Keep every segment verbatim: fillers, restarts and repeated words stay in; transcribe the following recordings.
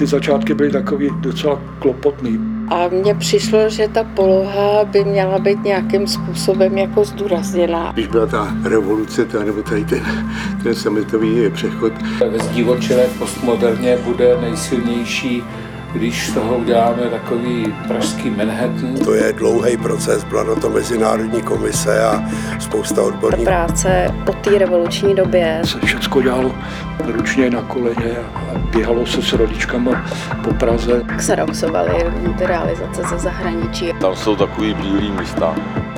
ty začátky byly takový docela klopotný. A mně přišlo, že ta poloha by měla být nějakým způsobem jako zdůrazněná. Když byla ta revoluce, ta, nebo tady ten, ten sametový přechod. Ve zdivočelé postmoderně bude nejsilnější, když z toho uděláme takový pražský Manhattan. To je dlouhý proces, byla na to mezinárodní komise a spousta odborníků. Práce po té revoluční době. Se všecko dělalo ručně na koleně a běhalo se s rodičkama po Praze. Xeroxovaly ty realizace ze zahraničí. Tam jsou takový bílý místa.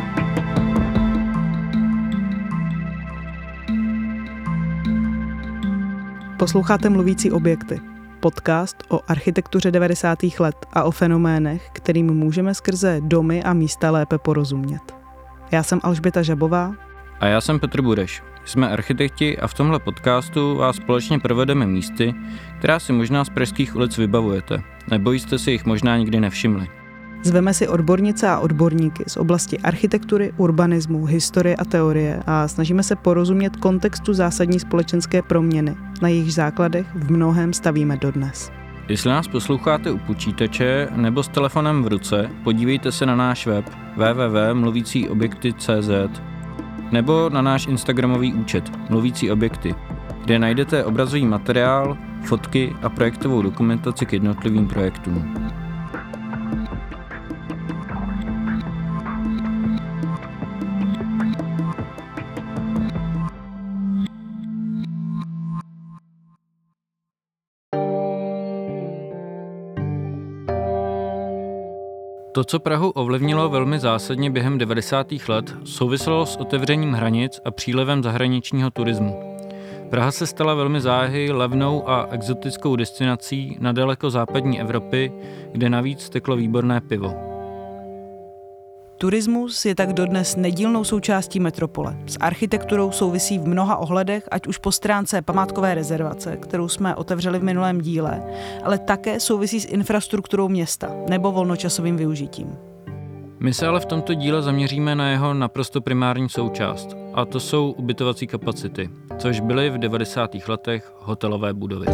Posloucháte Mluvící objekty. Podcast o architektuře devadesátých let a o fenoménech, kterým můžeme skrze domy a místa lépe porozumět. Já jsem Alžběta Žabová. A já jsem Petr Bureš. Jsme architekti a v tomhle podcastu vás společně provedeme místy, která si možná z pražských ulic vybavujete, nebo jste si jich možná nikdy nevšimli. Zveme si odbornice a odborníky z oblasti architektury, urbanismu, historie a teorie a snažíme se porozumět kontextu zásadní společenské proměny, na jejichž základech v mnohém stavíme dodnes. Jestli nás posloucháte u počítače nebo s telefonem v ruce, podívejte se na náš web w w w tečka mluvící objekty tečka c z nebo na náš instagramový účet Mluvící objekty, kde najdete obrazový materiál, fotky a projektovou dokumentaci k jednotlivým projektům. To, co Prahu ovlivnilo velmi zásadně během devadesátých let, souviselo s otevřením hranic a přílivem zahraničního turismu. Praha se stala velmi záhy levnou a exotickou destinací na daleko západní Evropy, kde navíc teklo výborné pivo. Turismus je tak dodnes nedílnou součástí metropole. S architekturou souvisí v mnoha ohledech, ať už po stránce památkové rezervace, kterou jsme otevřeli v minulém díle, ale také souvisí s infrastrukturou města nebo volnočasovým využitím. My se ale v tomto díle zaměříme na jeho naprosto primární součást, a to jsou ubytovací kapacity, což byly v devadesátých letech hotelové budovy.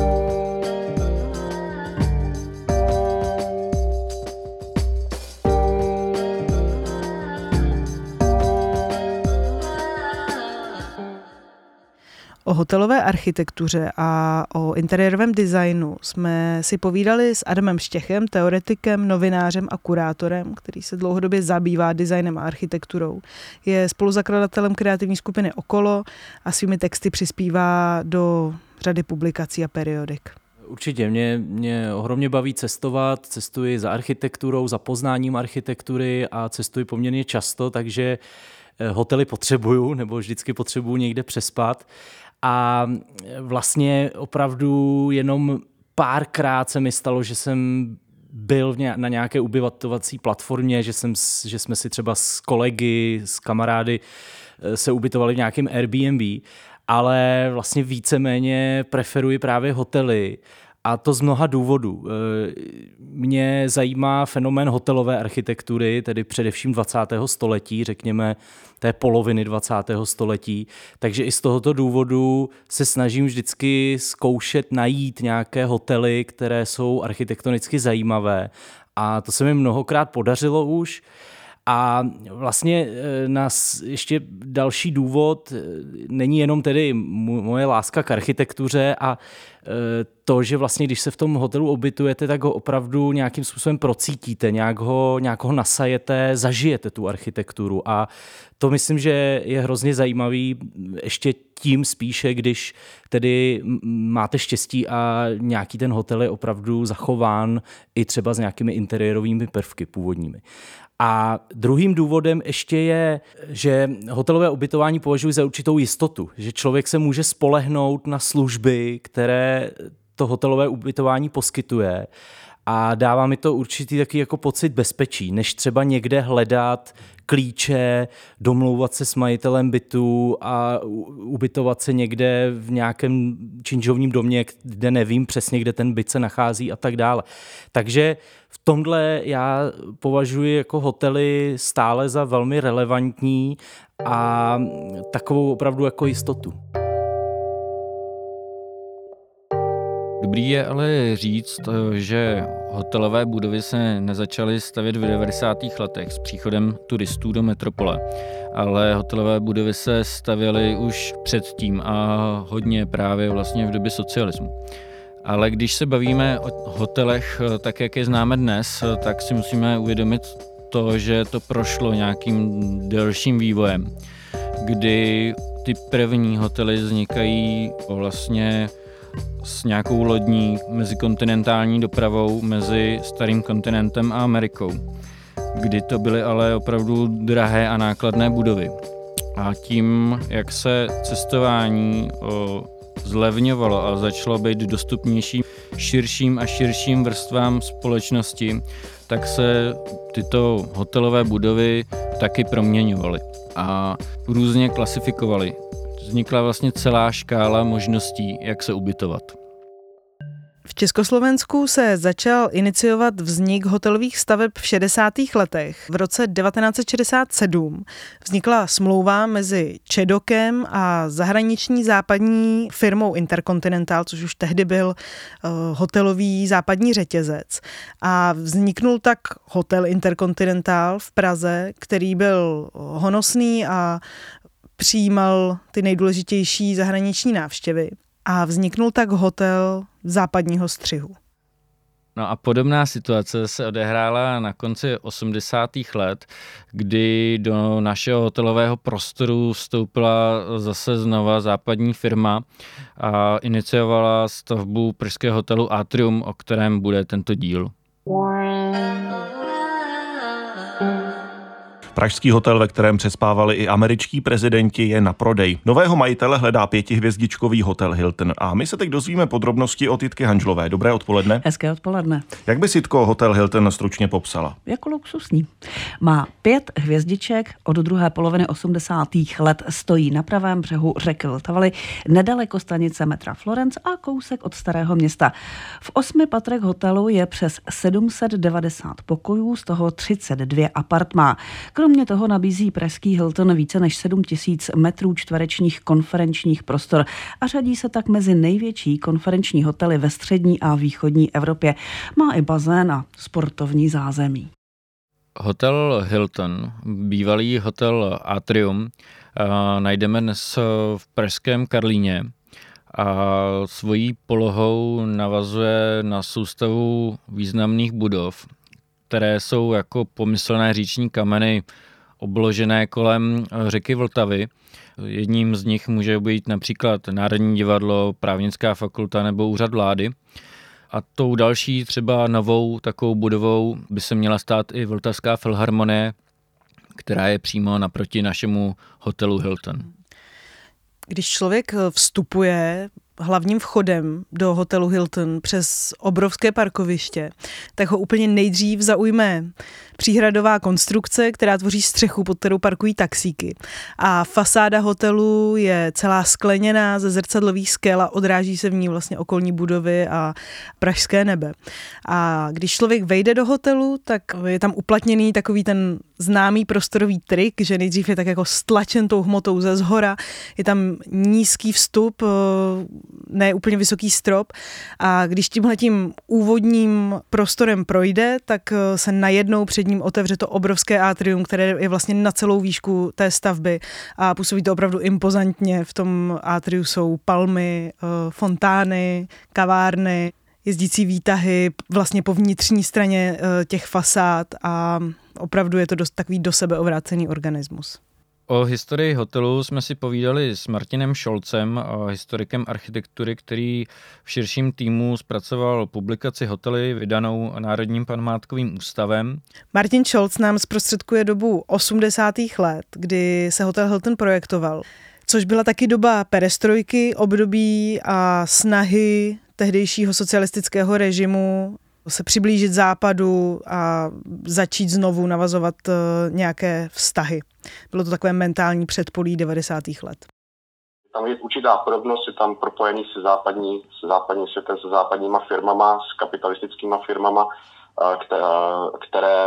O hotelové architektuře a o interiérovém designu jsme si povídali s Adamem Štěchem, teoretikem, novinářem a kurátorem, který se dlouhodobě zabývá designem a architekturou. Je spoluzakladatelem kreativní skupiny Okolo a svými texty přispívá do řady publikací a periodik. Určitě, mě, mě ohromně baví cestovat, cestuji za architekturou, za poznáním architektury a cestuji poměrně často, takže hotely potřebuju nebo vždycky potřebuju někde přespat. A vlastně opravdu jenom párkrát se mi stalo, že jsem byl na nějaké ubytovací platformě, že, jsem, že jsme si třeba s kolegy, s kamarády se ubytovali v nějakém Airbnb, ale vlastně víceméně preferuji právě hotely. A to z mnoha důvodů. Mě zajímá fenomén hotelové architektury, tedy především dvacátého století, řekněme té poloviny dvacátého století. Takže i z tohoto důvodu se snažím vždycky zkoušet najít nějaké hotely, které jsou architektonicky zajímavé. A to se mi mnohokrát podařilo už. A vlastně nás ještě další důvod není jenom tedy moje láska k architektuře a to, že vlastně když se v tom hotelu ubytujete, tak ho opravdu nějakým způsobem procítíte, nějak ho, nějak ho nasajete, zažijete tu architekturu a to myslím, že je hrozně zajímavý ještě tím spíše, když tedy máte štěstí a nějaký ten hotel je opravdu zachován i třeba s nějakými interiérovými prvky původními. A druhým důvodem ještě je, že hotelové ubytování považuji za určitou jistotu, že člověk se může spolehnout na služby, které to hotelové ubytování poskytuje a dává mi to určitý taky jako pocit bezpečí, než třeba někde hledat klíče, domlouvat se s majitelem bytu a ubytovat se někde v nějakém činžovním domě, kde nevím přesně, kde ten byt se nachází a tak dále. Takže v tomhle já považuji jako hotely stále za velmi relevantní a takovou opravdu jako jistotu. Dobrý Dobrý je ale říct, že hotelové budovy se nezačaly stavět v devadesátých letech s příchodem turistů do metropole, ale hotelové budovy se stavěly už předtím a hodně právě vlastně v době socialismu. Ale když se bavíme o hotelech tak, jak je známe dnes, tak si musíme uvědomit to, že to prošlo nějakým delším vývojem, kdy ty první hotely vznikají vlastně s nějakou lodní mezikontinentální dopravou mezi starým kontinentem a Amerikou, kdy to byly ale opravdu drahé a nákladné budovy. A tím, jak se cestování o, zlevňovalo a začalo být dostupnější širším a širším vrstvám společnosti, tak se tyto hotelové budovy taky proměňovaly a různě klasifikovaly. Vznikla vlastně celá škála možností, jak se ubytovat. V Československu se začal iniciovat vznik hotelových staveb v šedesátých letech. V roce devatenáct set šedesát sedm vznikla smlouva mezi ČEDOKem a zahraniční západní firmou Intercontinental, což už tehdy byl uh, hotelový západní řetězec. A vzniknul tak hotel Intercontinental v Praze, který byl honosný a přijímal ty nejdůležitější zahraniční návštěvy. A vzniknul tak hotel západního střihu. No a podobná situace se odehrála na konci osmdesátých let, kdy do našeho hotelového prostoru vstoupila zase znova západní firma a iniciovala stavbu pražského hotelu Atrium, o kterém bude tento díl. Pražský hotel, ve kterém přespávali i američtí prezidenti, je na prodej. Nového majitele hledá pětihvězdičkový hotel Hilton. A my se teď dozvíme podrobnosti od Jitky Hanžlové. Dobré odpoledne. Hezké odpoledne. Jak by si, Jitko, hotel Hilton stručně popsala? Jako luxusní. Má pět hvězdiček, od druhé poloviny osmdesátých let stojí na pravém břehu řeky Vltavy, nedaleko stanice metra Florence a kousek od Starého Města. V osmi patrech hotelu je přes sedm set devadesát pokojů, z toho třicet dva apartmá. Kromě toho nabízí pražský Hilton více než sedm tisíc metrů čtverečních konferenčních prostor a řadí se tak mezi největší konferenční hotely ve střední a východní Evropě. Má i bazén a sportovní zázemí. Hotel Hilton, bývalý hotel Atrium, najdeme dnes v pražském Karlíně a svojí polohou navazuje na soustavu významných budov, které jsou jako pomyslné říční kameny obložené kolem řeky Vltavy. Jedním z nich může být například Národní divadlo, Právnická fakulta nebo Úřad vlády. A tou další třeba novou takovou budovou by se měla stát i Vltavská filharmonie, která je přímo naproti našemu hotelu Hilton. Když člověk vstupuje hlavním vchodem do hotelu Hilton přes obrovské parkoviště, tak ho úplně nejdřív zaujme příhradová konstrukce, která tvoří střechu, pod kterou parkují taxíky. A fasáda hotelu je celá skleněná ze zrcadlových skel a odráží se v ní vlastně okolní budovy a pražské nebe. A když člověk vejde do hotelu, tak je tam uplatněný takový ten známý prostorový trik, že nejdřív je tak jako stlačen tou hmotou ze zhora, je tam nízký vstup, ne úplně vysoký strop a když tímhletím úvodním prostorem projde, tak se najednou před ním otevře to obrovské atrium, které je vlastně na celou výšku té stavby a působí to opravdu impozantně. V tom atriu jsou palmy, fontány, kavárny, jezdící výtahy vlastně po vnitřní straně těch fasád a opravdu je to dost takový do sebe ovrácený organismus. O historii hotelu jsme si povídali s Martinem Šolcem, historikem architektury, který v širším týmu zpracoval publikaci Hotely vydanou Národním památkovým ústavem. Martin Šolc nám zprostředkuje dobu osmdesátých let, kdy se hotel Hilton projektoval, což byla taky doba perestrojky, období a snahy tehdejšího socialistického režimu se přiblížit západu a začít znovu navazovat nějaké vztahy. Bylo to takové mentální předpolí devadesátých let. Tam je určitá podobnost, je tam propojený se západní, se západním světem, se západníma firmama, s kapitalistickými firmama, které, které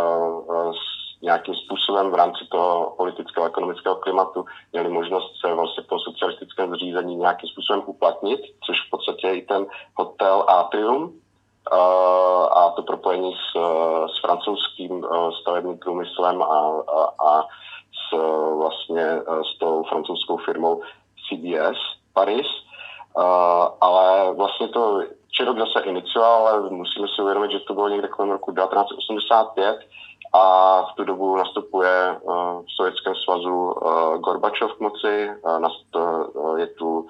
nějakým způsobem v rámci toho politického a ekonomického klimatu měli možnost se vlastně v tom socialistickém zřízení nějakým způsobem uplatnit, což v podstatě podstatě i ten hotel Atrium a to propojení s, s francouzským stavebním průmyslem a, a, a s, vlastně s tou francouzskou firmou C B S Paris. Ale vlastně to Čirok zase inicioval, ale musíme si uvědomit, že to bylo někde kolem roku devatenáct set osmdesát pět a v tu dobu nastupuje v Sovětském svazu Gorbačov k moci, je tu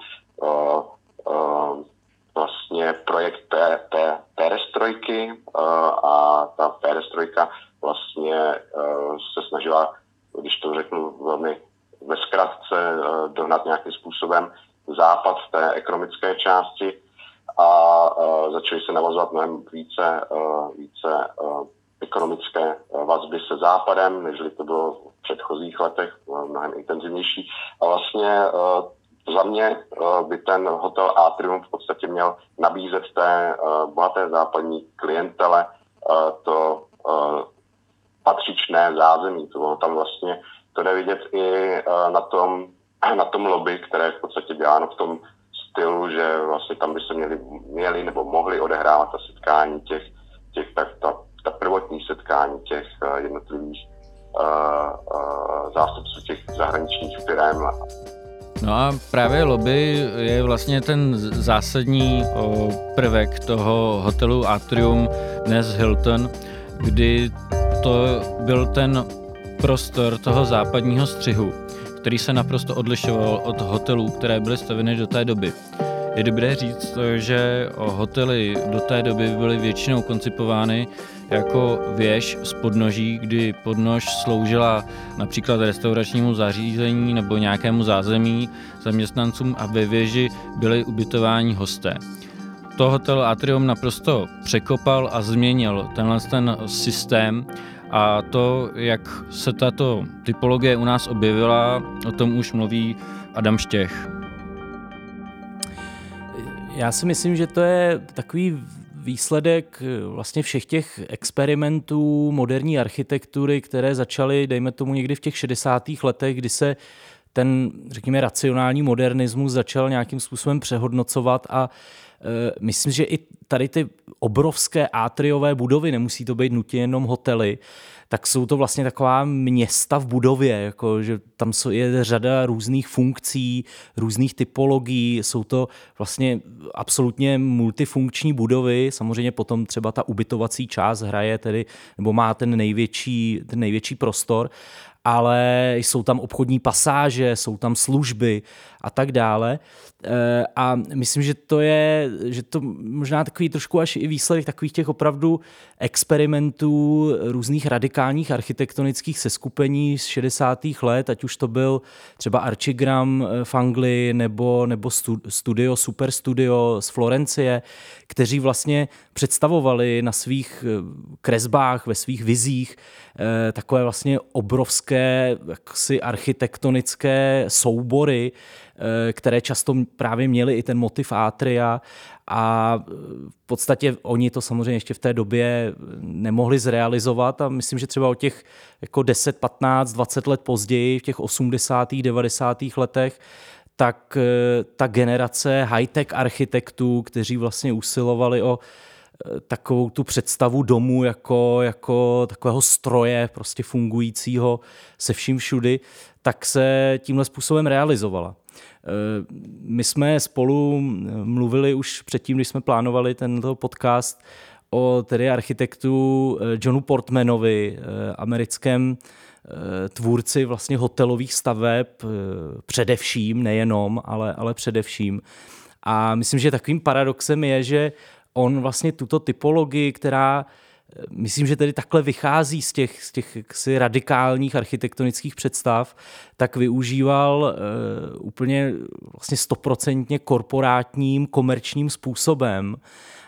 vlastně projekt té, té perestrojky a ta perestrojka vlastně se snažila, když to řeknu velmi ve zkratce, dohnat nějakým způsobem západ v té ekonomické části a začaly se navazovat mnohem více, více ekonomické vazby se západem, než to bylo v předchozích letech, mnohem intenzivnější. A vlastně za mě by ten hotel Atrium v podstatě měl nabízet té bohaté západní klientele to patřičné zázemí. To bylo tam vlastně, to jde vidět i na tom, na tom lobby, které je v podstatě děláno v tom stylu, že vlastně tam by se měli, měli nebo mohli odehrávat ta setkání těch, těch ta, ta, ta prvotní setkání těch jednotlivých uh, uh, zástupců těch zahraničních firm. No a právě lobby je vlastně ten zásadní prvek toho hotelu Atrium, dnes Hilton, kdy to byl ten prostor toho západního střihu, který se naprosto odlišoval od hotelů, které byly stavěny do té doby. Je dobré říct, že hotely do té doby byly většinou koncipovány jako věž z podnoží, kdy podnož sloužila například restauračnímu zařízení nebo nějakému zázemí zaměstnancům a ve věži byli ubytováni hosté. To hotel Atrium naprosto překopal a změnil tenhle ten systém a to, jak se tato typologie u nás objevila, o tom už mluví Adam Štěch. Já si myslím, že to je takový výsledek vlastně všech těch experimentů moderní architektury, které začaly, dejme tomu, někdy v těch šedesátých letech, kdy se ten, řekněme, racionální modernismus začal nějakým způsobem přehodnocovat a e, myslím, že i tady ty obrovské atriové budovy, nemusí to být nutně jenom hotely, tak jsou to vlastně taková města v budově, jako, že tam je řada různých funkcí, různých typologií, jsou to vlastně absolutně multifunkční budovy, samozřejmě potom třeba ta ubytovací část hraje tedy, nebo má ten největší, ten největší prostor, ale jsou tam obchodní pasáže, jsou tam služby a tak dále. A myslím, že to je, že to možná takový trošku až i výsledek takových těch opravdu experimentů různých radikálních architektonických seskupení z šedesátých let, ať už to byl třeba Archigram v Anglii nebo, nebo studio, Super Studio z Florencie, kteří vlastně představovali na svých kresbách, ve svých vizích takové vlastně obrovské jaksi architektonické soubory, které často právě měly i ten motiv atria a v podstatě oni to samozřejmě ještě v té době nemohli zrealizovat a myslím, že třeba o těch jako deset, patnáct, dvacet let později, v těch osmdesátých, devadesátých letech, tak ta generace high-tech architektů, kteří vlastně usilovali o takovou tu představu domu jako, jako takového stroje prostě fungujícího se vším všudy, tak se tímhle způsobem realizovala. My jsme spolu mluvili už předtím, když jsme plánovali tento podcast, o tedy architektu Johnu Portmanovi, americkém tvůrci vlastně hotelových staveb, především, nejenom, ale, ale především. A myslím, že takovým paradoxem je, že on vlastně tuto typologii, která myslím, že tedy takhle vychází z těch, z těch jaksi radikálních architektonických představ, tak využíval uh, úplně vlastně stoprocentně korporátním, komerčním způsobem.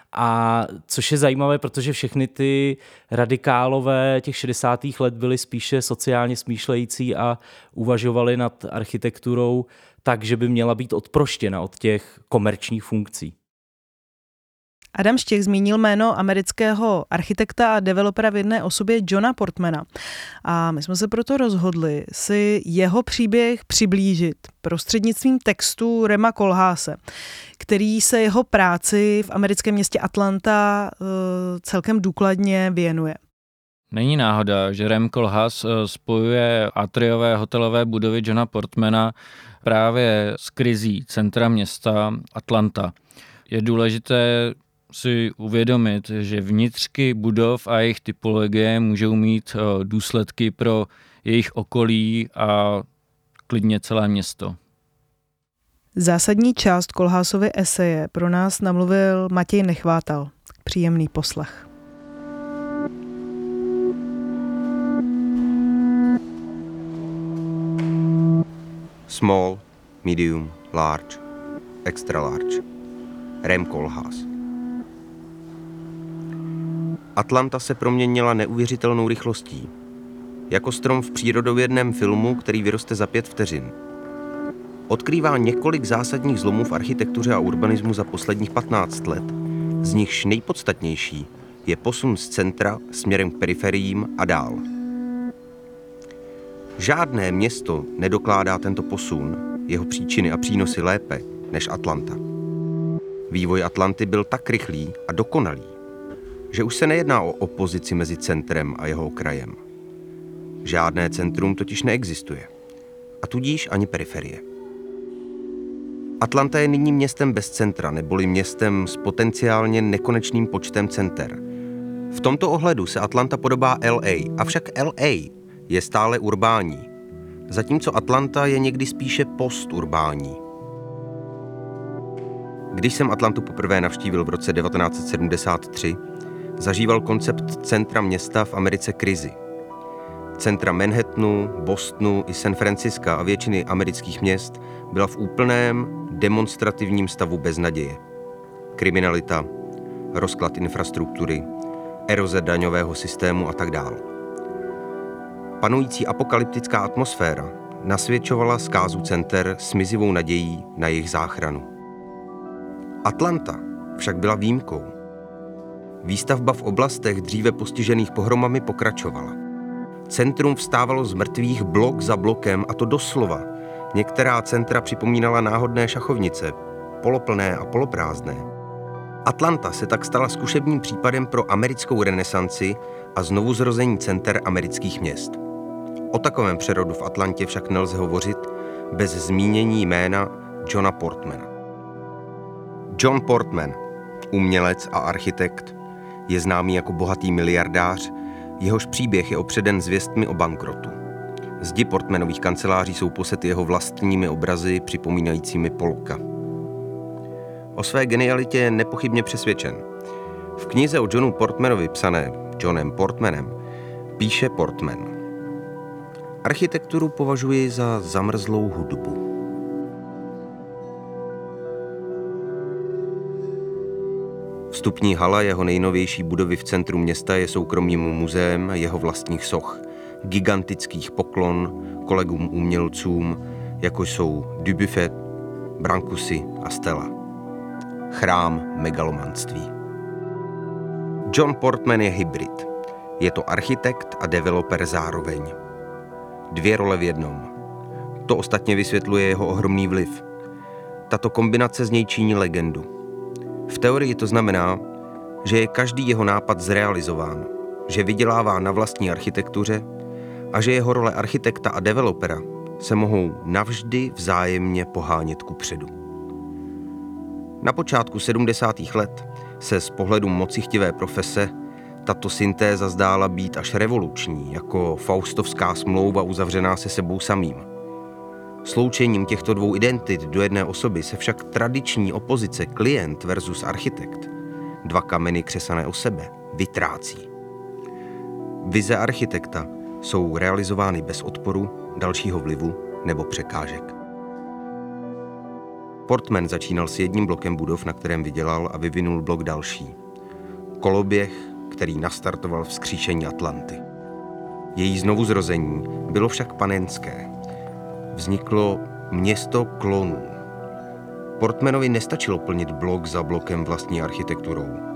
A což je zajímavé, protože všechny ty radikálové těch šedesátých let byly spíše sociálně smýšlející a uvažovali nad architekturou tak, že by měla být odproštěna od těch komerčních funkcí. Adam Štěch zmínil jméno amerického architekta a developera v jedné osobě Johna Portmana. A my jsme se proto rozhodli si jeho příběh přiblížit prostřednictvím textu Rema Koolhaase, který se jeho práci v americkém městě Atlanta uh, celkem důkladně věnuje. Není náhoda, že Rem Koolhaas spojuje atriové hotelové budovy Johna Portmana právě s krizí centra města Atlanta. Je důležité si uvědomit, že vnitřky budov a jejich typologie můžou mít důsledky pro jejich okolí a klidně celé město. Zásadní část Koolhaasovy eseje pro nás namluvil Matěj Nechvátal. Příjemný poslech. Small, medium, large, extra large. Rem Koolhaas. Atlanta se proměnila neuvěřitelnou rychlostí. Jako strom v přírodovědném filmu, který vyroste za pět vteřin. Odkrývá několik zásadních zlomů v architektuře a urbanismu za posledních patnáct let, z nichž nejpodstatnější je posun z centra směrem k periferiím a dál. Žádné město nedokládá tento posun, jeho příčiny a přínosy lépe než Atlanta. Vývoj Atlanty byl tak rychlý a dokonalý, že už se nejedná o opozici mezi centrem a jeho okrajem. Žádné centrum totiž neexistuje, a tudíž ani periferie. Atlanta je nyní městem bez centra, neboli městem s potenciálně nekonečným počtem center. V tomto ohledu se Atlanta podobá L A, avšak L A je stále urbání, zatímco Atlanta je někdy spíše posturbání. Když jsem Atlantu poprvé navštívil v roce devatenáct set sedmdesát tři, zažíval koncept centra města v Americe krizi. Centra Manhattanu, Bostonu i San Francisca a většiny amerických měst byla v úplném demonstrativním stavu beznaděje. Kriminalita, rozklad infrastruktury, eroze daňového systému a tak dále. Panující apokalyptická atmosféra nasvědčovala zkázu center s mizivou nadějí na jejich záchranu. Atlanta však byla výjimkou. Výstavba v oblastech dříve postižených pohromami pokračovala. Centrum vstávalo z mrtvých blok za blokem, a to doslova. Některá centra připomínala náhodné šachovnice, poloplné a poloprázdné. Atlanta se tak stala zkušebním případem pro americkou renesanci a znovuzrození center amerických měst. O takovém přerodu v Atlantě však nelze hovořit bez zmínění jména Johna Portmana. John Portman, umělec a architekt, je známý jako bohatý miliardář, jehož příběh je opředen zvěstmi o bankrotu. Zdi Portmanových kanceláří jsou posety jeho vlastními obrazy připomínajícími Polka. O své genialitě je nepochybně přesvědčen. V knize o Johnu Portmanovi psané Johnem Portmanem píše Portman: Architekturu považuji za zamrzlou hudbu. Vstupní hala jeho nejnovější budovy v centru města je soukromým muzeem jeho vlastních soch, gigantických poklon kolegům umělcům, jako jsou Dubuffet, Brancusi a Stella. Chrám megalomanství. John Portman je hybrid. Je to architekt a developer zároveň. Dvě role v jednom. To ostatně vysvětluje jeho ohromný vliv. Tato kombinace z něj činí legendu. V teorii to znamená, že je každý jeho nápad zrealizován, že vydělává na vlastní architektuře a že jeho role architekta a developera se mohou navždy vzájemně pohánět kupředu. Na počátku sedmdesátých let se z pohledu mocichtivé profese tato syntéza zdála být až revoluční, jako faustovská smlouva uzavřená se sebou samým. Sloučením těchto dvou identit do jedné osoby se však tradiční opozice klient versus architekt, dva kameny křesané o sebe, vytrácí. Vize architekta jsou realizovány bez odporu, dalšího vlivu nebo překážek. Portman začínal s jedním blokem budov, na kterém vydělal, a vyvinul blok další. Koloběh, který nastartoval vzkříšení Atlanty. Její znovuzrození bylo však panenské. Vzniklo město klonů. Portmanovi nestačilo plnit blok za blokem vlastní architekturou.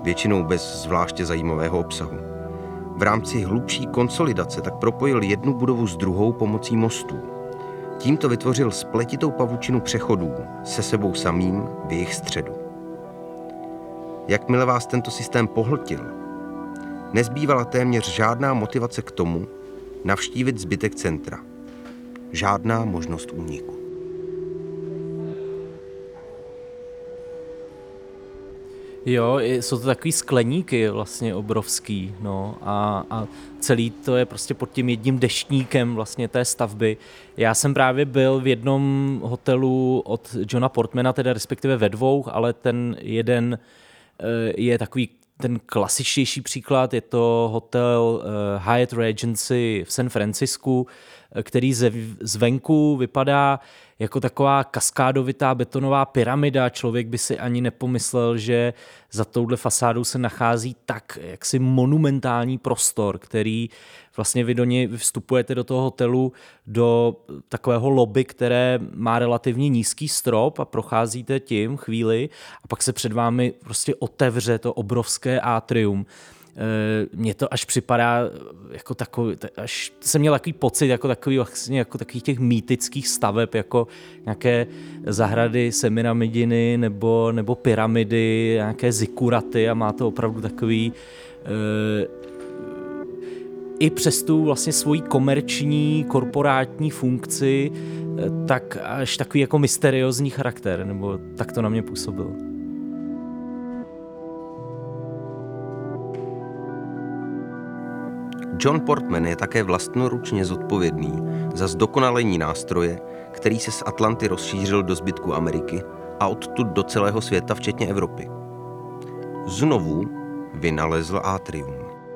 většinou bez zvláště zajímavého obsahu. V rámci hlubší konsolidace tak propojil jednu budovu s druhou pomocí mostů. Tímto vytvořil spletitou pavučinu přechodů se sebou samým v jejich středu. Jakmile vás tento systém pohltil, nezbývala téměř žádná motivace k tomu navštívit zbytek centra. Žádná možnost úniku. Jo, jsou to takový skleníky vlastně obrovský, no a, a celý to je prostě pod tím jedním deštníkem vlastně té stavby. Já jsem právě byl v jednom hotelu od Johna Portmana, teda respektive ve dvou, ale ten jeden je takový ten klasičtější příklad, je to hotel Hyatt Regency v San Francisku, který zvenku vypadá jako taková kaskádovitá betonová pyramida. Člověk by si ani nepomyslel, že za touhle fasádou se nachází tak jaksi monumentální prostor, který vlastně vy do něj vstupujete do toho hotelu do takového lobby, které má relativně nízký strop a procházíte tím chvíli a pak se před vámi prostě otevře to obrovské atrium. Mně to až připadá jako takový, až jsem měl takový pocit jako takový, vlastně jako takových těch mýtických staveb, jako nějaké zahrady Semiramidiny nebo, nebo pyramidy, nějaké zikuraty a má to opravdu takový e, i přes tu vlastně svoji komerční, korporátní funkci, tak až takový jako mysteriózní charakter, nebo tak to na mě působilo. John Portman je také vlastnoručně zodpovědný za zdokonalení nástroje, který se z Atlanty rozšířil do zbytku Ameriky a odtud do celého světa, včetně Evropy. Znovu vynalezl atrium.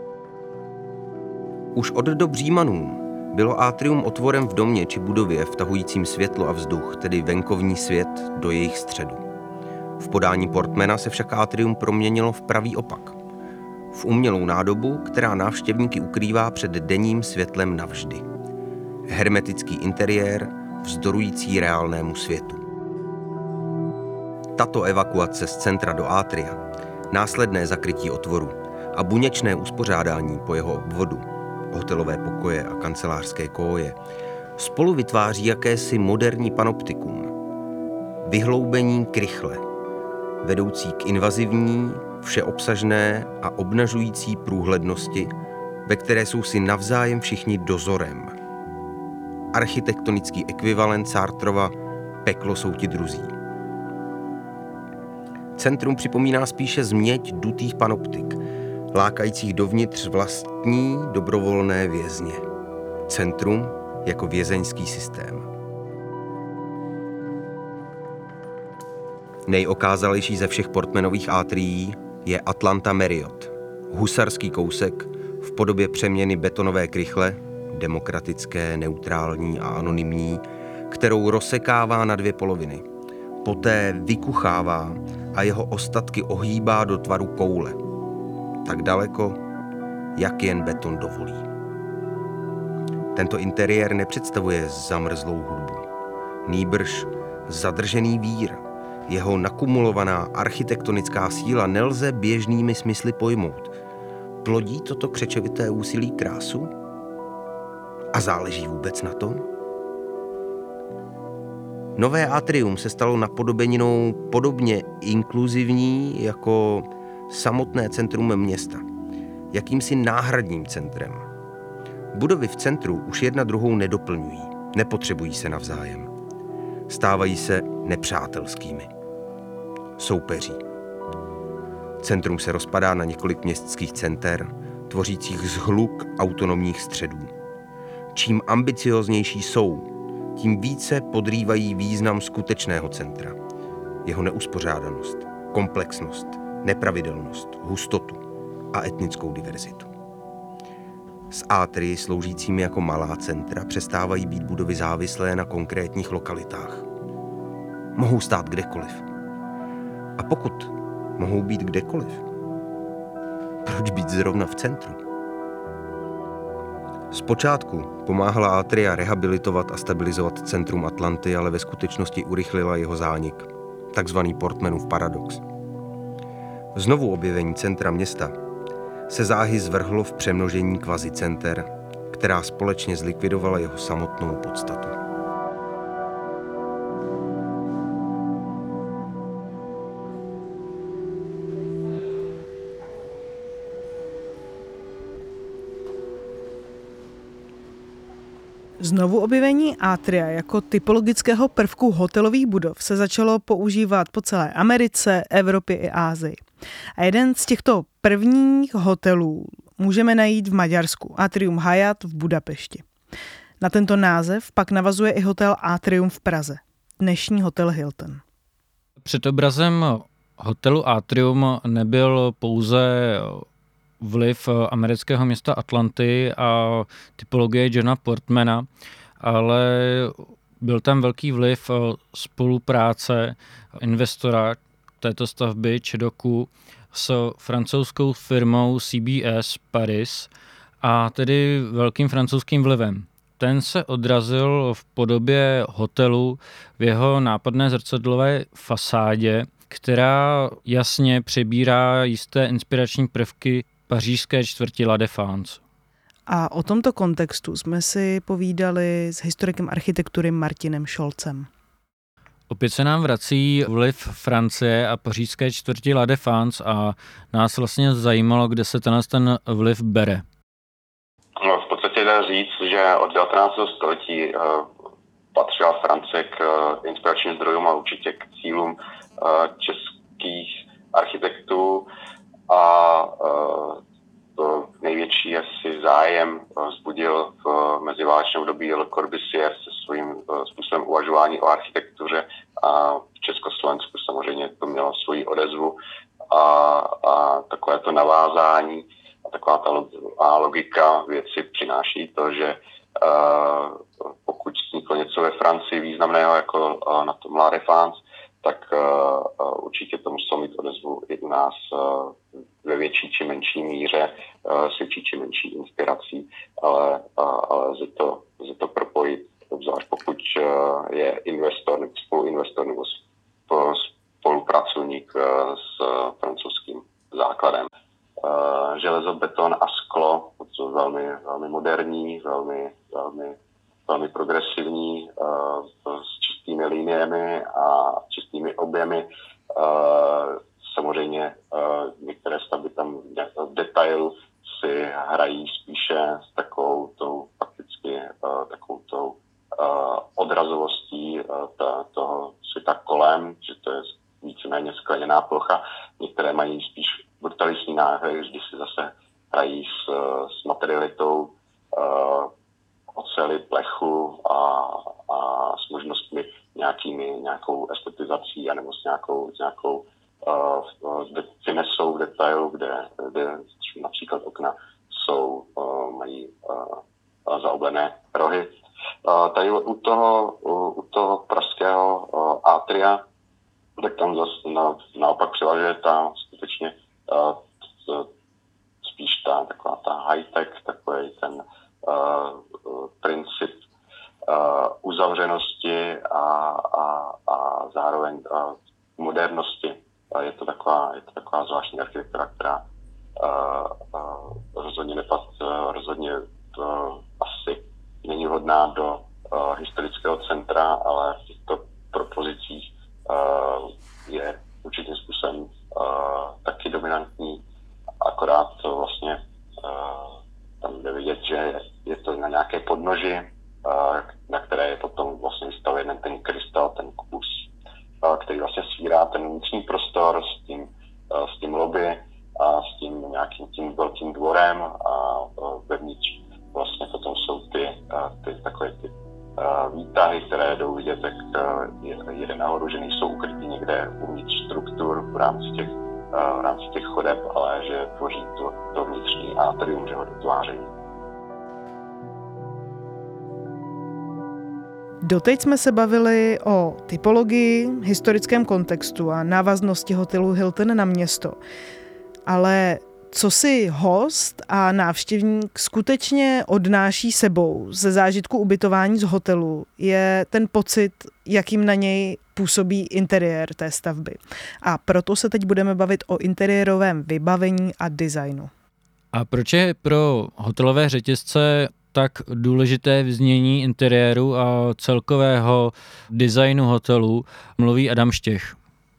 Už od dob Římanů bylo atrium otvorem v domě či budově vtahujícím světlo a vzduch, tedy venkovní svět, do jejich středu. V podání Portmana se však atrium proměnilo v pravý opak. V umělou nádobu, která návštěvníky ukrývá před denním světlem navždy. Hermetický interiér, vzdorující reálnému světu. Tato evakuace z centra do atria, následné zakrytí otvoru a buněčné uspořádání po jeho obvodu, hotelové pokoje a kancelářské koje, spolu vytváří jakési moderní panoptikum. Vyhloubení krychle, vedoucí k invazivní, všeobsažné a obnažující průhlednosti, ve které jsou si navzájem všichni dozorem. Architektonický ekvivalent Sartrova Peklo jsou ti druzí. Centrum připomíná spíše změť dutých panoptik, lákajících dovnitř vlastní dobrovolné vězně. Centrum jako vězeňský systém. Nejokázalejší ze všech Portmanových atrií je Atlanta Marriott, husarský kousek v podobě přeměny betonové krychle, demokratické, neutrální a anonymní, kterou rozsekává na dvě poloviny. Poté vykuchává a jeho ostatky ohýbá do tvaru koule. Tak daleko, jak jen beton dovolí. Tento interiér nepředstavuje zamrzlou hudbu, nýbrž zadržený vír. Jeho nakumulovaná architektonická síla nelze běžnými smysly pojmout. Plodí toto křečovité úsilí krásu? A záleží vůbec na tom? Nové atrium se stalo napodobeninou podobně inkluzivní jako samotné centrum města, jakýmsi náhradním centrem. Budovy v centru už jedna druhou nedoplňují, nepotřebují se navzájem. Stávají se nepřátelskými. Soupeří. Centrum se rozpadá na několik městských center, tvořících zhluk autonomních středů. Čím ambicioznější jsou, tím více podrývají význam skutečného centra. Jeho neuspořádanost, komplexnost, nepravidelnost, hustotu a etnickou diverzitu. S atrii sloužícími jako malá centra přestávají být budovy závislé na konkrétních lokalitách. Mohou stát kdekoliv. A pokud mohou být kdekoliv, proč být zrovna v centru? Zpočátku pomáhala atria rehabilitovat a stabilizovat centrum Atlanty, ale ve skutečnosti urychlila jeho zánik, takzvaný Portmanův paradox. Znovu objevení centra města se záhy zvrhlo v přemnožení kvazicenter, která společně zlikvidovala jeho samotnou podstatu. Znovu objevení atria jako typologického prvku hotelových budov se začalo používat po celé Americe, Evropě i Asii. A jeden z těchto prvních hotelů můžeme najít v Maďarsku, Atrium Hyatt v Budapešti. Na tento název pak navazuje i hotel Atrium v Praze, dnešní hotel Hilton. Před obrazem hotelu Atrium nebyl pouze vliv amerického města Atlanty a typologie Johna Portmana, ale byl tam velký vliv spolupráce investora této stavby Čedoku s francouzskou firmou C B S Paris a tedy velkým francouzským vlivem. Ten se odrazil v podobě hotelu v jeho nápadné zrcadlové fasádě, která jasně přebírá jisté inspirační prvky pařížské čtvrti La Défense. A o tomto kontextu jsme si povídali s historikem architektury Martinem Šolcem. Opět se nám vrací vliv Francie a pařížské čtvrti La Défense a nás vlastně zajímalo, kde se ten, ten vliv bere. No, v podstatě dá říct, že od devatenáctého století uh, patřila Francie k uh, inspiračním zdrojům a určitě k cílům uh, českých architektů a uh, to největší asi zájem vzbudil v meziválečném období Le Corbusier se svým uh, způsobem uvažování o architektuře a v Československu samozřejmě to mělo svoji odezvu a, a takové to navázání a taková ta logika věci přináší to, že uh, pokud vzniklo něco ve Francii významného jako uh, na tom La Défense, tak uh, uh, určitě to muselo mít odezvu i u nás uh, ve větší či menší míře, uh, s větší či menší inspirací, ale, uh, ale lze to, lze to propojit, obzvlášť pokud uh, je investor nebo spoluinvestor nebo spolupracovník uh, s uh, francouzským základem. Uh, železo, beton a sklo, to je velmi, velmi moderní, velmi, velmi, velmi progresivní, uh, s čistými liniemi a čistými objemy. Uh, samozřejmě uh, některé stavby tam v detailu si hrají spíše s takovou tou fakticky uh, takovou tou uh, odrazovostí uh, ta, toho světa kolem, že to je víceméně skleněná plocha. Některé mají spíš brutalistní náhry, vždy si zase hrají s, s materialitou uh, oceli, plechu a, a s možnostmi nějakými, nějakou estetizací anebo s nějakou, s nějakou uh, de, finesou v detailu, kde, kde například okna jsou, uh, mají uh, zaoblené rohy. Uh, tady u toho, u, u toho pražského uh, atria, tak tam zase na, naopak převažuje ta skutečně uh, spíš ta taková ta high-tech, takový ten uh, princip uh, uzavřenosti a, a, a zároveň uh, modernosti. Uh, je to taková, je to taková zvláštní architektura, která uh, uh, rozhodně nepad, uh, rozhodně uh, asi není vhodná do uh, historického centra, ale v těchto propozicích uh, je určitým způsobem uh, taky dominantní, akorát to vlastně uh, tam jde vidět, že je to na nějaké podnoži, uh, na které je potom vlastně vystavěn ten krystal, ten kubus, uh, který vlastně svírá ten vnitřní prostor s tím, uh, s tím lobby a s tím nějakým tím velkým dvorem a uh, vevnitř vlastně potom jsou ty, uh, ty takové ty uh, výtahy, které jdou vidět, jak uh, jede nahoru, že nejsou ukrytý někde uvnitř struktur v rámci těch v rámci těch chodeb, ale že tvoří to, to vnitřní atrium, že ho dotvářejí. Doteď jsme se bavili o typologii, historickém kontextu a návaznosti hotelu Hilton na město. Ale Co si host a návštěvník skutečně odnáší sebou ze zážitku ubytování z hotelu, je ten pocit, jakým na něj působí interiér té stavby. A proto se teď budeme bavit o interiérovém vybavení a designu. A proč je pro hotelové řetězce tak důležité vyznění interiéru a celkového designu hotelu, mluví Adam Štěch.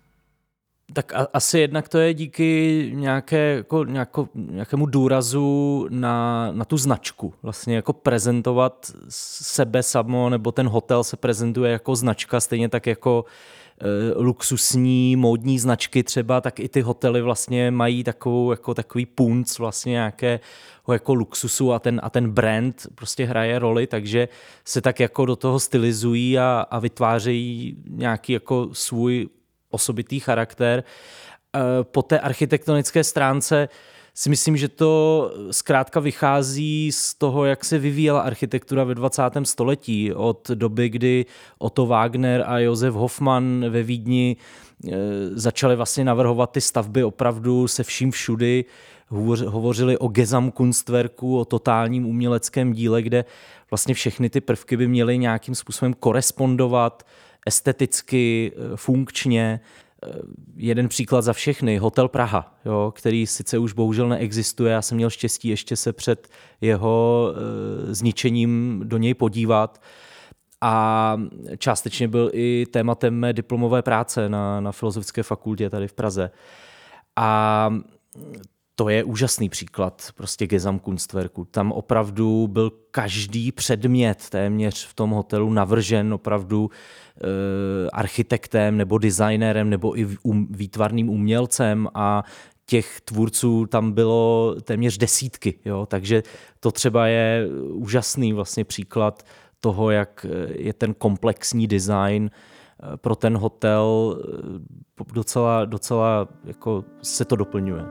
Tak a, asi jednak to je díky nějaké, jako, nějako, nějakému důrazu na, na tu značku. Vlastně jako prezentovat sebe samo, nebo ten hotel se prezentuje jako značka, stejně tak jako e, luxusní, módní značky třeba, tak i ty hotely vlastně mají takovou, jako takový punc vlastně nějakého jako luxusu a ten, a ten brand prostě hraje roli, takže se tak jako do toho stylizují a, a vytvářejí nějaký jako svůj osobitý charakter. Po té architektonické stránce si myslím, že to zkrátka vychází z toho, jak se vyvíjela architektura ve dvacátém století. Od doby, kdy Otto Wagner a Josef Hofmann ve Vídni začali vlastně navrhovat ty stavby opravdu se vším všudy. Hovořili o Gesamtkunstwerku, o totálním uměleckém díle, kde vlastně všechny ty prvky by měly nějakým způsobem korespondovat esteticky, funkčně. Jeden příklad za všechny, Hotel Praha, jo, který sice už bohužel neexistuje, já jsem měl štěstí ještě se před jeho e, zničením do něj podívat a částečně byl i tématem mé diplomové práce na, na Filozofické fakultě tady v Praze. A to je úžasný příklad prostě Gesamtkunstwerku. Tam opravdu byl každý předmět téměř v tom hotelu navržen opravdu e, architektem nebo designérem nebo i um, výtvarným umělcem a těch tvůrců tam bylo téměř desítky. Jo? Takže to třeba je úžasný vlastně příklad toho, jak je ten komplexní design pro ten hotel docela, docela jako se to doplňuje.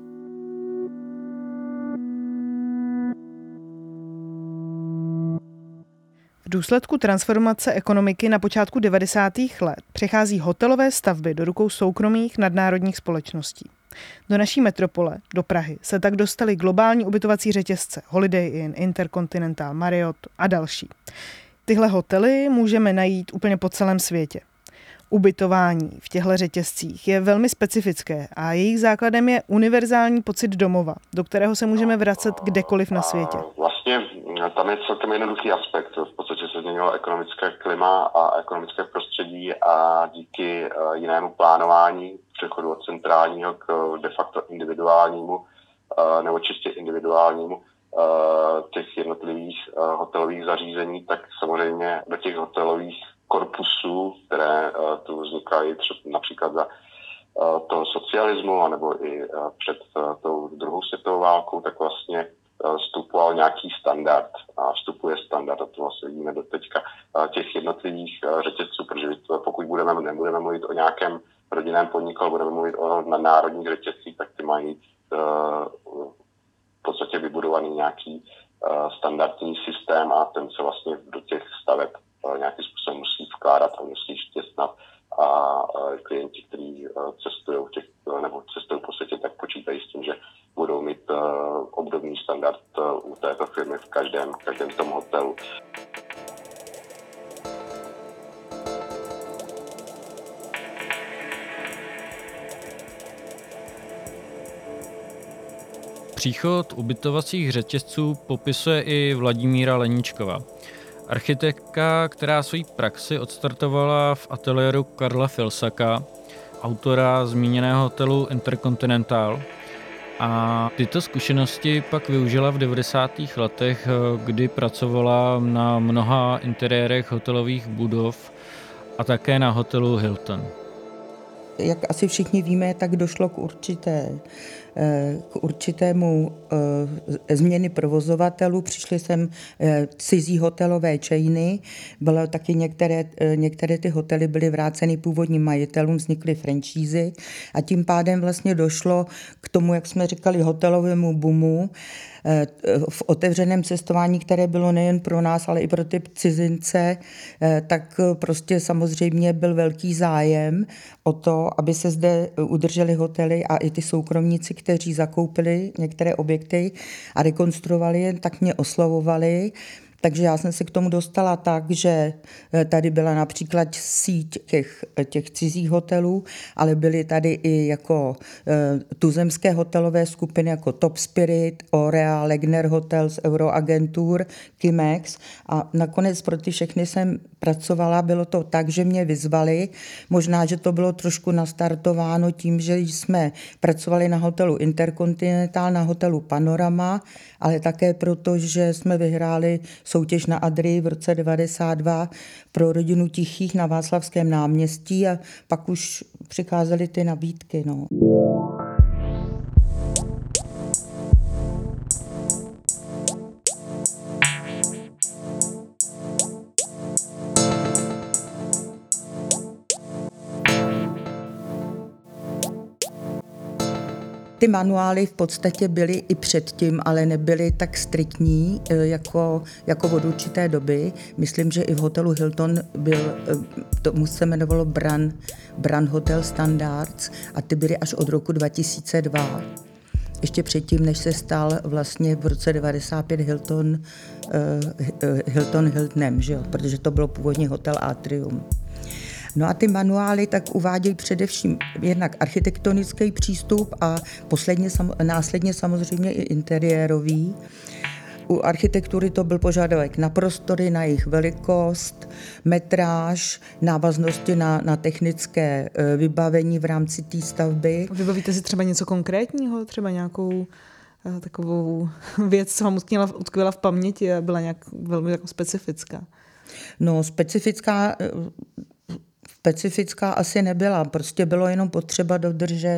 V důsledku transformace ekonomiky na počátku devadesátých let přechází hotelové stavby do rukou soukromých nadnárodních společností. Do naší metropole, do Prahy, se tak dostaly globální ubytovací řetězce Holiday Inn, Intercontinental, Marriott a další. Tyhle hotely můžeme najít úplně po celém světě. Ubytování v těchto řetězcích je velmi specifické a jejich základem je univerzální pocit domova, do kterého se můžeme vracet kdekoliv na světě. Vlastně tam je celkem jednoduchý aspekt. V podstatě se změnilo ekonomické klima a ekonomické prostředí a díky jinému plánování, přechodu od centrálního k de facto individuálnímu nebo čistě individuálnímu těch jednotlivých hotelových zařízení, tak samozřejmě do těch hotelových korpusů, které tu vznikají například za toho socialismu anebo i před tou druhou světovou válkou, tak vlastně vstupoval nějaký standard a vstupuje standard, a to vlastně vidíme do teďka těch jednotlivých řetězců, protože pokud budeme, nebudeme mluvit o nějakém rodinném podniku, ale budeme mluvit o nadnárodních řetězcích, tak ty mají v podstatě vybudovaný nějaký standardní systém a ten se vlastně do těch staveb nějakým způsobem musí vkládat a musí štěstnat a klienti, kteří cestují v těch, nebo cestují po světě, tak počítají s tím, že budou mít obdobný standard u této firmy v každém, v každém tom hotelu. Příchod ubytovacích řetězců popisuje i Vladimíra Leníčková. Architektka, která svoji praxi odstartovala v ateliéru Karla Filsaka, autora zmíněného hotelu Intercontinental. A tyto zkušenosti pak využila v devadesátých letech, kdy pracovala na mnoha interiérech hotelových budov a také na hotelu Hilton. Jak asi všichni víme, tak došlo k určité k určitému změny provozovatelů. Přišly sem cizí hotelové chainy, bylo taky některé, některé ty hotely byly vráceny původním majitelům, vznikly franšízy a tím pádem vlastně došlo k tomu, jak jsme říkali, hotelovému boomu v otevřeném cestování, které bylo nejen pro nás, ale i pro ty cizince, tak prostě samozřejmě byl velký zájem o to, aby se zde udržely hotely a i ty soukromníci, kteří zakoupili některé objekty a rekonstruovali je, tak mě oslovovali. Takže já jsem se k tomu dostala tak, že tady byla například síť těch, těch cizích hotelů, ale byly tady i jako e, tuzemské hotelové skupiny jako Top Spirit, Orea, Legner Hotels, Euroagentur, Kimex a nakonec pro ty všechny jsem pracovala. Bylo to tak, že mě vyzvali. Možná, že to bylo trošku nastartováno tím, že jsme pracovali na hotelu Intercontinental, na hotelu Panorama, ale také proto, že jsme vyhráli soutěž na Adrii v roce devadesát dva pro rodinu Tichých na Václavském náměstí a pak už přicházely ty nabídky. No. Ty manuály v podstatě byly i předtím, ale nebyly tak striktní jako, jako od určité doby. Myslím, že i v hotelu Hilton byl, tomu se jmenovalo Bran, Bran Hotel Standards a ty byly až od roku dva tisíce dva. Ještě předtím, než se stal vlastně v roce devadesát pět Hilton, uh, Hilton Hiltonem, že jo? Protože to bylo původně hotel Atrium. No a ty manuály tak uvádějí především jednak architektonický přístup a posledně, následně samozřejmě i interiérový. U architektury to byl požadavek na prostory, na jejich velikost, metráž, návaznosti na, na technické vybavení v rámci té stavby. Vybavíte si třeba něco konkrétního, třeba nějakou takovou věc, co vám utkvěla v paměti a byla nějak velmi jako specifická? No, specifická... Specifická asi nebyla, prostě bylo jenom potřeba dodržet.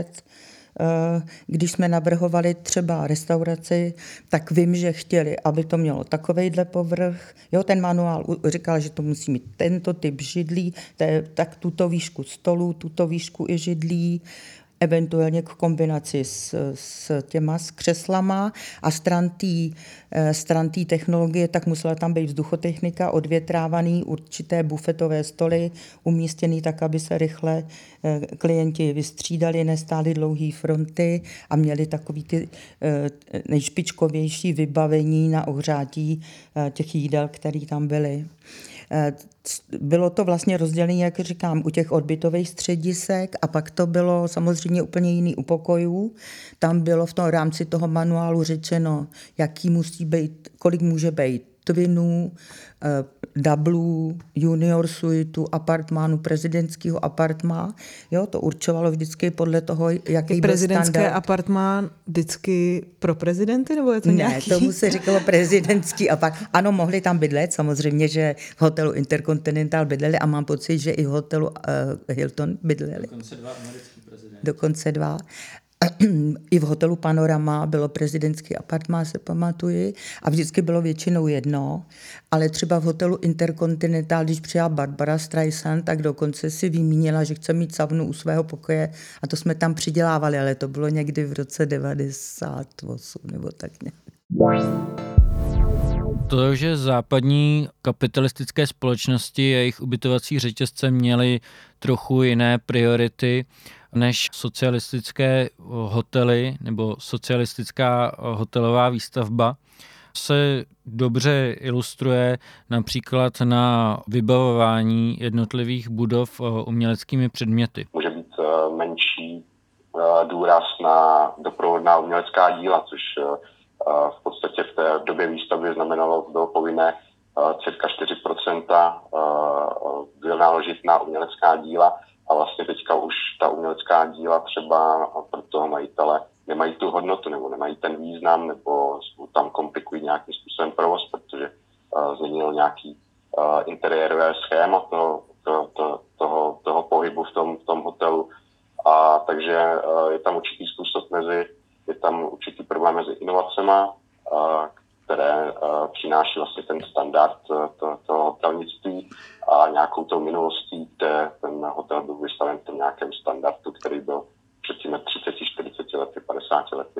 Když jsme navrhovali třeba restauraci, tak vím, že chtěli, aby to mělo takovejhle povrch. Jo, ten manuál říkal, že to musí mít tento typ židlí, tak tuto výšku stolu, tuto výšku i židlí, eventuálně k kombinaci s, s těma s křeslama a stran té stran té technologie, tak musela tam být vzduchotechnika, odvětrávaný, určité bufetové stoly, umístěný tak, aby se rychle klienti vystřídali, nestály dlouhé fronty a měli takový ty nejšpičkovější vybavení na ohřátí těch jídel, které tam byly. Bylo to vlastně rozdělení, jak říkám, u těch odbytových středisek a pak to bylo samozřejmě úplně jiný u pokojů. Tam bylo v tom rámci toho manuálu řečeno, jaký musí být, kolik může být twinů, doublů, junior suitu, apartmánu, prezidentského apartmá. Jo, to určovalo vždycky podle toho, jaký byl standard. Prezidentské apartmán vždycky pro prezidenty, nebo je to nějaký? Ne, tomu se říkalo prezidentský apartmán. Ano, mohli tam bydlet, samozřejmě, že v hotelu Intercontinental bydleli a mám pocit, že i v hotelu uh, Hilton bydleli. Dokonce dva americký prezidenti. Dokonce dva. I v hotelu Panorama bylo prezidentský apartmán, se pamatuji, a vždycky bylo většinou jedno, ale třeba v hotelu Intercontinental, když přijela Barbara Streisand, tak dokonce si vymínila, že chce mít saunu u svého pokoje a to jsme tam přidělávali, ale to bylo někdy v roce devadesát osm nebo tak nějak. To, že západní kapitalistické společnosti a jejich ubytovací řetězce měly trochu jiné priority než socialistické hotely nebo socialistická hotelová výstavba, se dobře ilustruje například na vybavování jednotlivých budov uměleckými předměty. Může být menší důraz na doprovodná umělecká díla, což v podstatě v té době výstavby znamenalo, bylo povinné cirka čtyři procenta vynaložit na umělecká díla a vlastně teďka už ta umělecká díla třeba pro toho majitele nemají tu hodnotu nebo nemají ten význam nebo tam komplikují nějakým způsobem provoz, protože změnilo nějaký interiérové schéma toho, to, to, toho, toho pohybu v tom, v tom hotelu. A takže je tam určitý způsob mezi, je tam určitý problém mezi inovacema, které přináší vlastně ten standard to, toho hotelnictví a nějakou tou minulostí, kde ten hotel byl vystaven v tom nějakém standardu, který byl před těmi třicet, čtyřicet lety, padesát lety.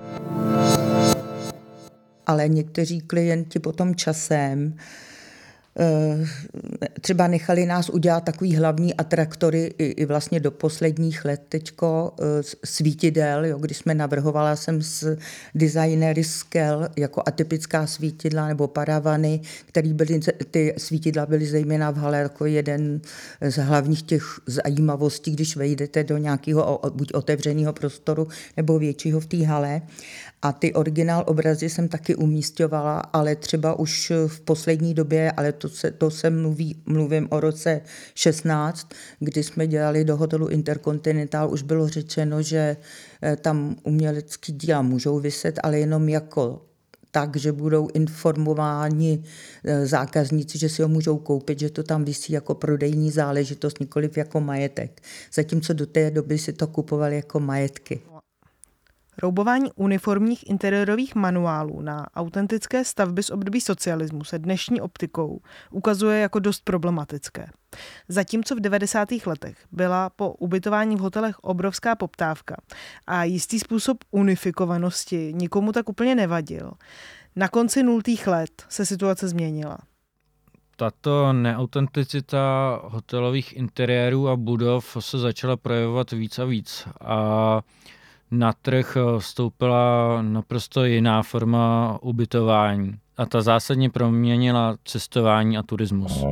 Ale někteří klienti potom časem třeba nechali nás udělat takový hlavní atraktory i, i vlastně do posledních let teďko svítidel, jo, když jsme navrhovala jsem s designéry skel jako atypická svítidla nebo paravany, který byly, ty svítidla byly zejména v hale jako jeden z hlavních těch zajímavostí, když vejdete do nějakého buď otevřeného prostoru nebo většího v té hale. A ty originál obrazy jsem taky umísťovala, ale třeba už v poslední době, ale to se, to se mluví, mluvím o roce šestnáct, kdy jsme dělali do hotelu Intercontinental, už bylo řečeno, že tam umělecký díla můžou viset, ale jenom jako tak, že budou informováni zákazníci, že si ho můžou koupit, že to tam visí jako prodejní záležitost, nikoliv jako majetek. Zatímco do té doby si to kupovali jako majetky. Roubování uniformních interiérových manuálů na autentické stavby z období socialismu se dnešní optikou ukazuje jako dost problematické. Zatímco v devadesátých letech byla po ubytování v hotelech obrovská poptávka a jistý způsob unifikovanosti nikomu tak úplně nevadil, na konci nultých let se situace změnila. Tato neautenticita hotelových interiérů a budov se začala projevovat víc a víc a na trh vstoupila naprosto jiná forma ubytování a ta zásadně proměnila cestování a turismus.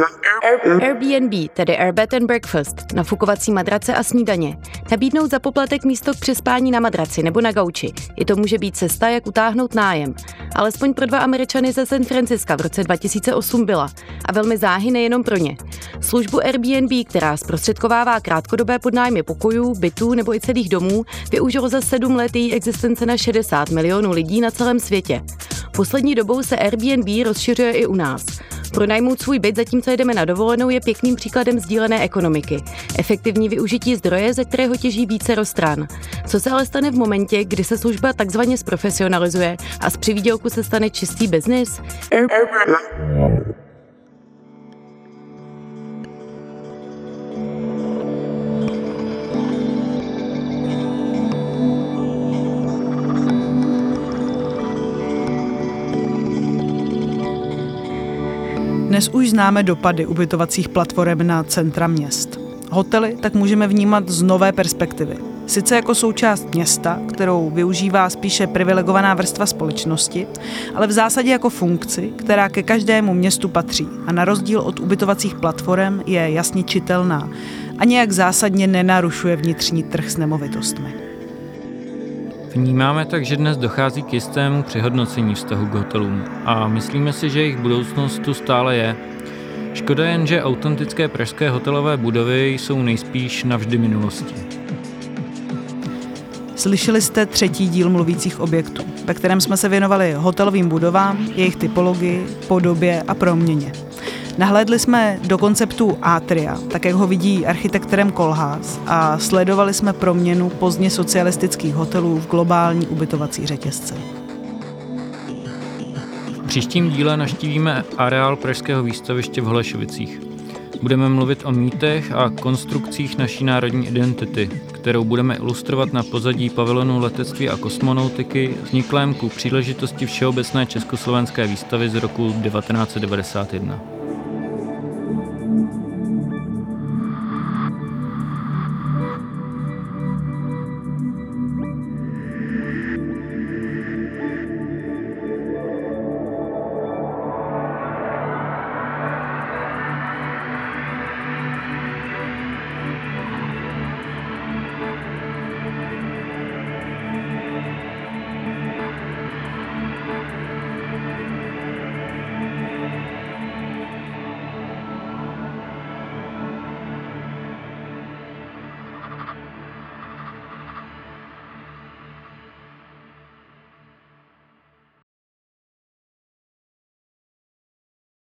Airbnb, tedy Air Bed and Breakfast, nafukovací madrace a snídaně. Nabídnout za poplatek místo k přespání na madraci nebo na gauči. I to může být cesta, jak utáhnout nájem. Alespoň pro dva Američany ze San Francisca v roce dva tisíce osm byla. A velmi záhy nejenom pro ně. Službu Airbnb, která zprostředkovává krátkodobé podnájmy pokojů, bytů nebo i celých domů, využilo za sedm let její existence na šedesát milionů lidí na celém světě. Poslední dobou se Airbnb rozšiřuje i u nás. Pronajmout svůj byt, zatímco jedeme na dovolenou, je pěkným příkladem sdílené ekonomiky. Efektivní využití zdroje, ze kterého těží vícero stran. Co se ale stane v momentě, kdy se služba takzvaně zprofesionalizuje a z přivýdělku se stane čistý biznis? Dnes už známe dopady ubytovacích platform na centra měst. Hotely tak můžeme vnímat z nové perspektivy. Sice jako součást města, kterou využívá spíše privilegovaná vrstva společnosti, ale v zásadě jako funkci, která ke každému městu patří a na rozdíl od ubytovacích platform je jasně čitelná a nějak zásadně nenarušuje vnitřní trh s nemovitostmi. Vnímáme tak, že dnes dochází k jistému přehodnocení vztahu k hotelům a myslíme si, že jejich budoucnost tu stále je. Škoda jen, že autentické pražské hotelové budovy jsou nejspíš navždy minulostí. Slyšeli jste třetí díl Mluvících objektů, ve kterém jsme se věnovali hotelovým budovám, jejich typologii, podobě a proměně. Nahlédli jsme do konceptu atria, tak jak ho vidí architekt Terem Kohlhaas, a sledovali jsme proměnu pozdně socialistických hotelů v globální ubytovací řetězci. V příštím díle navštívíme areál pražského výstaviště v Holešovicích. Budeme mluvit o mýtech a konstrukcích naší národní identity, kterou budeme ilustrovat na pozadí pavilonu letectví a kosmonautiky, vzniklém ku příležitosti Všeobecné československé výstavy z roku devatenáct set devadesát jedna.